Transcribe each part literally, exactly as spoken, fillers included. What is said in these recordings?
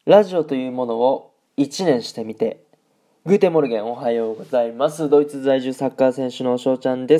ラジオというものをいちねんしてみて。グーテンモルゲン、おはようございます。ドイツ在住サッカー選手の翔ちゃんです。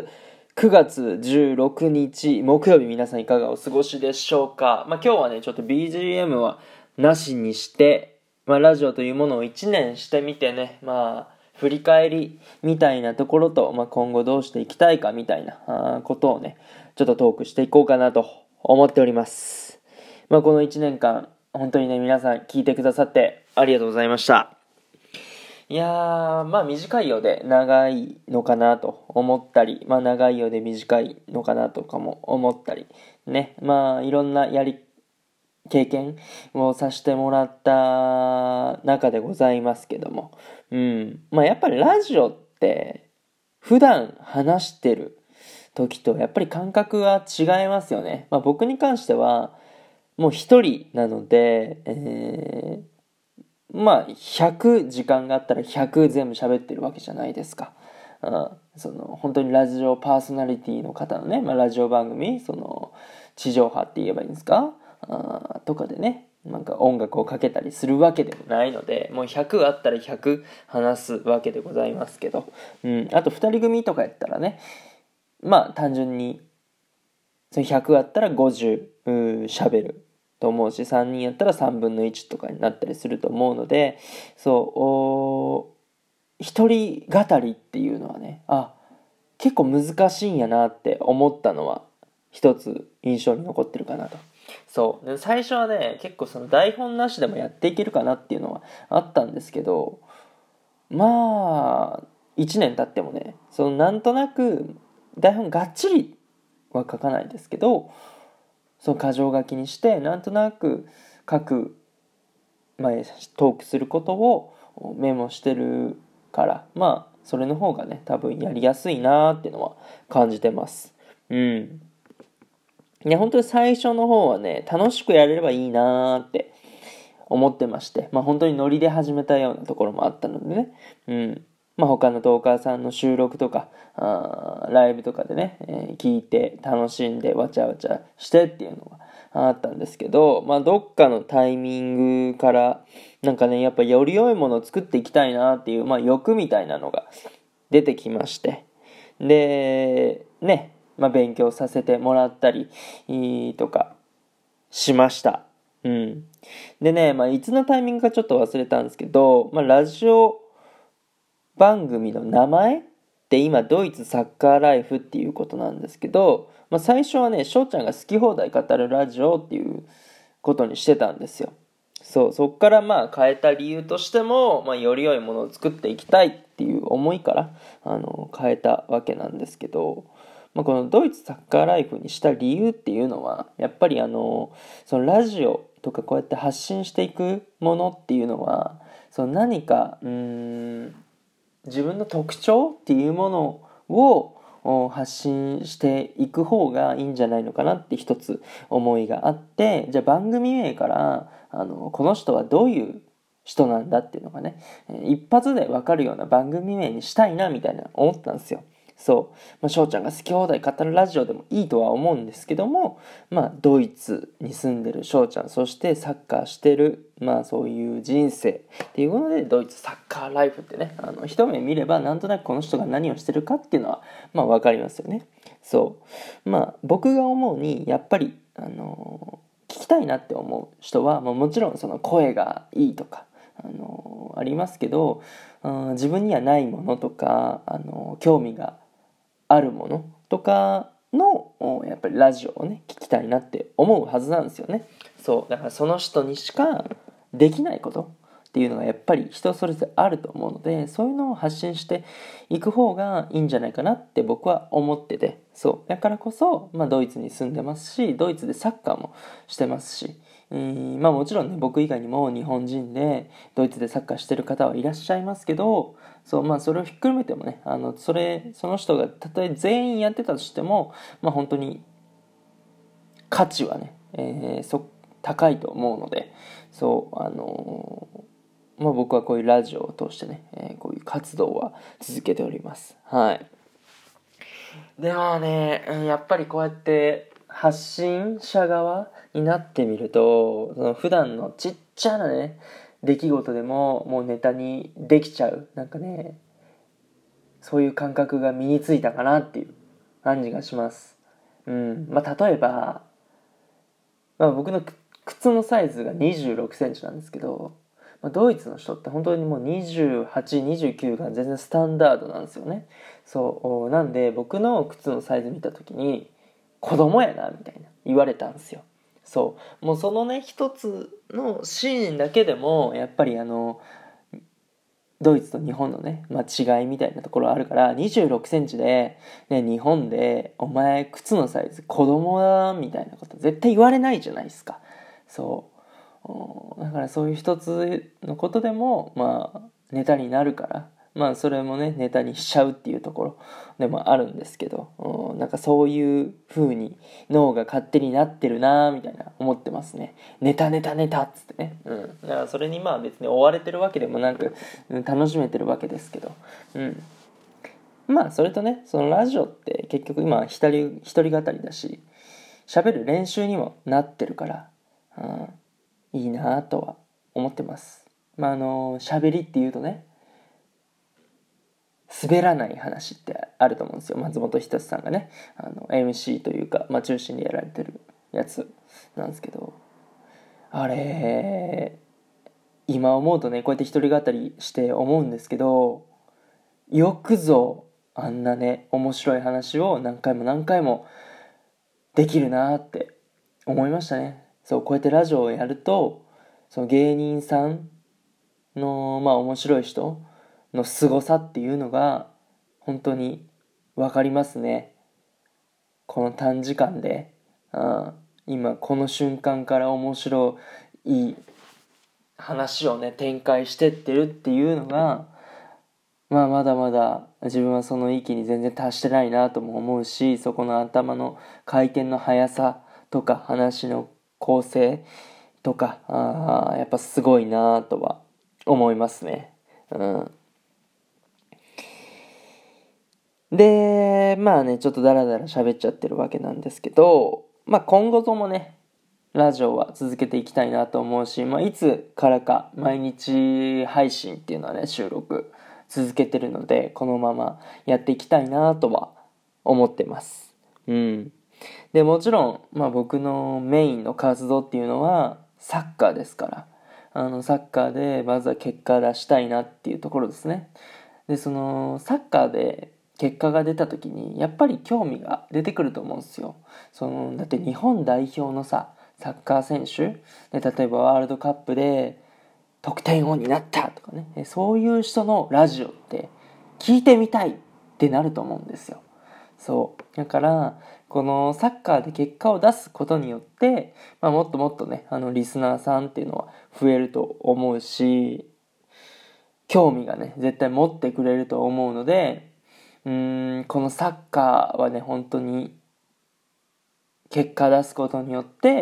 くがつじゅうろくにち木曜日、皆さんいかがお過ごしでしょうか。まあ、今日はねちょっと ビージーエム はなしにして、まあ、ラジオというものをいちねんしてみてね、まあ振り返りみたいなところと、まあ、今後どうしていきたいかみたいなことをねちょっとトークしていこうかなと思っております。まあ、このいちねんかん本当にね皆さん聞いてくださってありがとうございました。いやーまあ短いようで長いのかなと思ったり、まあ長いようで短いのかなとかも思ったりね、まあいろんなやり経験をさせてもらった中でございますけども、うんまあやっぱりラジオって普段話してる時とやっぱり感覚が違いますよね。まあ僕に関してはもう一人なので、えー、まあひゃくじかんがあったらひゃく全部喋ってるわけじゃないですか。あその本当にラジオパーソナリティの方のね、まあ、ラジオ番組その地上波って言えばいいんですかあとかでねなんか音楽をかけたりするわけでもないので、もうひゃくあったらひゃく話すわけでございますけど、うん、あとふたり組とかやったらね、まあ単純にそのひゃくあったらごじゅう喋ると思うし、さんにんやったらさんぶんのいちとかになったりすると思うので、そう一人語りっていうのはね、あ結構難しいんやなって思ったのは一つ印象に残ってるかなと。そうで最初はね結構その台本なしでもやっていけるかなっていうのはあったんですけど、まあいちねん経ってもねそのなんとなく台本がっちりは書かないですけど、その箇条書きにしてなんとなく書く前トークすることをメモしてるから、まあそれの方がね多分やりやすいなーっていうのは感じてます。うんいや本当に最初の方はね楽しくやれればいいなーって思ってまして、まあ本当にノリで始めたようなところもあったのでね、うんまあ他のトーカーさんの収録とかあライブとかでね、えー聞いて楽しんでわちゃわちゃしてっていうのがあったんですけど、まあどっかのタイミングからなんかねやっぱより良いものを作っていきたいなっていう、まあ欲みたいなのが出てきまして、でねまあ勉強させてもらったりとかしました。うん。でね、まあ、いつのタイミングかちょっと忘れたんですけど、まあ、ラジオ番組の名前って今、ドイツサッカーライフっていうことなんですけど、まあ、最初はね、翔ちゃんが好き放題語るラジオっていうことにしてたんですよ。そう、そっからまあ変えた理由としても、まあ、より良いものを作っていきたいっていう思いから、あの、変えたわけなんですけど、まあ、このドイツサッカーライフにした理由っていうのはやっぱりあのそのラジオとかこうやって発信していくものっていうのはその何かうーん自分の特徴っていうものを発信していく方がいいんじゃないのかなって一つ思いがあって、じゃあ番組名からあのこの人はどういう人なんだっていうのがね一発で分かるような番組名にしたいなみたいな思ったんですよ。そう、まあ、翔ちゃんが好き放題語るラジオでもいいとは思うんですけども、まあ、ドイツに住んでる翔ちゃん、そしてサッカーしてる、まあ、そういう人生っていうことでドイツサッカーライフってね、あの一目見ればなんとなくこの人が何をしてるかっていうのは、まあ、分かりますよね。そうまあ僕が思うにやっぱり、あのー、聞きたいなって思う人は、まあ、もちろんその声がいいとかあのー、ありますけど、うん、自分にはないものとか、あのー、興味があるものとかのやっぱりラジオをね聞きたいなって思うはずなんですよね。そうだからその人にしかできないことっていうのがやっぱり人それぞれあると思うので、そういうのを発信していく方がいいんじゃないかなって僕は思ってて、そうだからこそ、まあ、ドイツに住んでますしドイツでサッカーもしてますし、うんまあもちろんね僕以外にも日本人でドイツでサッカーしてる方はいらっしゃいますけど、そうまあそれをひっくるめてもねあのそれその人がたとえ全員やってたとしてもまあ本当に価値はね、えー、そ高いと思うので、そうあのー、まあ僕はこういうラジオを通してね、えー、こういう活動は続けております。はい。でまあねやっぱりこうやって発信者側になってみると、その普段のちっちゃなね出来事でももうネタにできちゃう、なんかねそういう感覚が身についたかなっていう感じがします。うん、まあ例えば、まあ、僕の靴のサイズがにじゅうろくセンチなんですけど、まあ、ドイツの人って本当にもうにじゅうはち、にじゅうきゅうが全然スタンダードなんですよね。そうなんで僕の靴のサイズ見た時に子供やなみたいな言われたんですよ。そうもうそのね一つのシーンだけでもやっぱりあのドイツと日本のね、まあ、違いみたいなところあるから、にじゅうろくセンチで、ね、日本でお前靴のサイズ子供だみたいなこと絶対言われないじゃないですか。そうだからそういう一つのことでもまあネタになるから、まあそれもねネタにしちゃうっていうところでもあるんですけど、なんかそういう風に脳が勝手になってるなみたいな思ってますね。ネタネタネタっつってね、うん、だからそれにまあ別に追われてるわけでもなく楽しめてるわけですけど、うんまあそれとね、そのラジオって結局今一人一人語りだし喋る練習にもなってるから、うんいいなとは思ってます。まああの喋りっていうとね、滑らない話ってあると思うんですよ。松本人志さんがねあの エムシー というか、まあ、中心でやられてるやつなんですけど、あれ今思うとねこうやって一人語りして思うんですけど、よくぞあんなね面白い話を何回も何回もできるなって思いましたね。そうこうやってラジオをやるとその芸人さんのまあ面白い人の凄さっていうのが本当に分かりますね。この短時間で、あ今この瞬間から面白い話をね展開してってるっていうのが、まあまだまだ自分はその域に全然達してないなとも思うし、そこの頭の回転の速さとか話の構成とか、あやっぱすごいなとは思いますね。うんで、まあね、ちょっとダラダラ喋っちゃってるわけなんですけど、まあ今後ともね、ラジオは続けていきたいなと思うし、まあいつからか毎日配信っていうのはね、収録続けてるので、このままやっていきたいなとは思ってます。うん。で、もちろん、まあ僕のメインの活動っていうのはサッカーですから、あのサッカーでまずは結果出したいなっていうところですね。で、そのサッカーで結果が出た時にやっぱり興味が出てくると思うんですよ。そのだって日本代表のさサッカー選手で例えばワールドカップで得点王になったとかね、そういう人のラジオって聞いてみたいってなると思うんですよ。そうだからこのサッカーで結果を出すことによって、まあ、もっともっとねあのリスナーさんっていうのは増えると思うし、興味がね絶対持ってくれると思うので、うーんこのサッカーはね本当に結果出すことによって、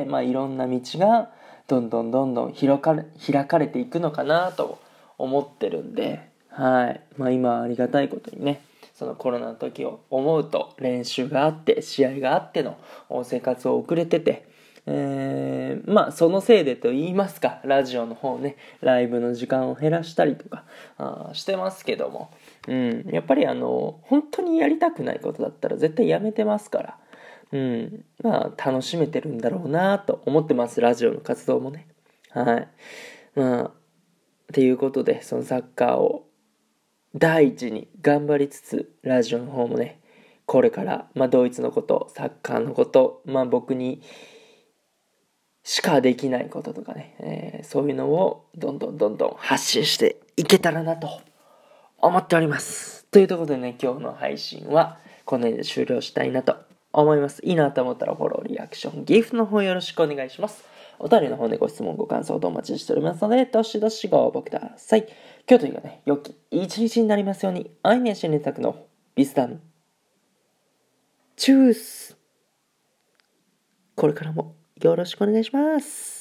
まあ、いろんな道がどんどんどんどん開かれ開かれていくのかなと思ってるんで、はいまあ、今ありがたいことにねそのコロナの時を思うと練習があって試合があっての生活を送れてて、えー、まあそのせいでと言いますかラジオの方ねライブの時間を減らしたりとかあしてますけども、うん、やっぱりあの本当にやりたくないことだったら絶対やめてますから、うん、まあ楽しめてるんだろうなと思ってます、ラジオの活動もね。はいまあっていうことでそのサッカーを第一に頑張りつつラジオの方もねこれから、まあ、ドイツのことサッカーのこと、まあ、僕にしかできないこととかね、えー、そういうのをどんどんどんどん発信していけたらなと思っております。というところでね今日の配信はこの辺で終了したいなと思います。いいなと思ったらフォロー、リアクション、ギフトの方よろしくお願いします。お便りの方でご質問、ご感想とお待ちしておりますので、どしどしご応募ください。今日というかね、良き一日になりますように、アイネシネタクのビスタン、チュース。これからもよろしくお願いします。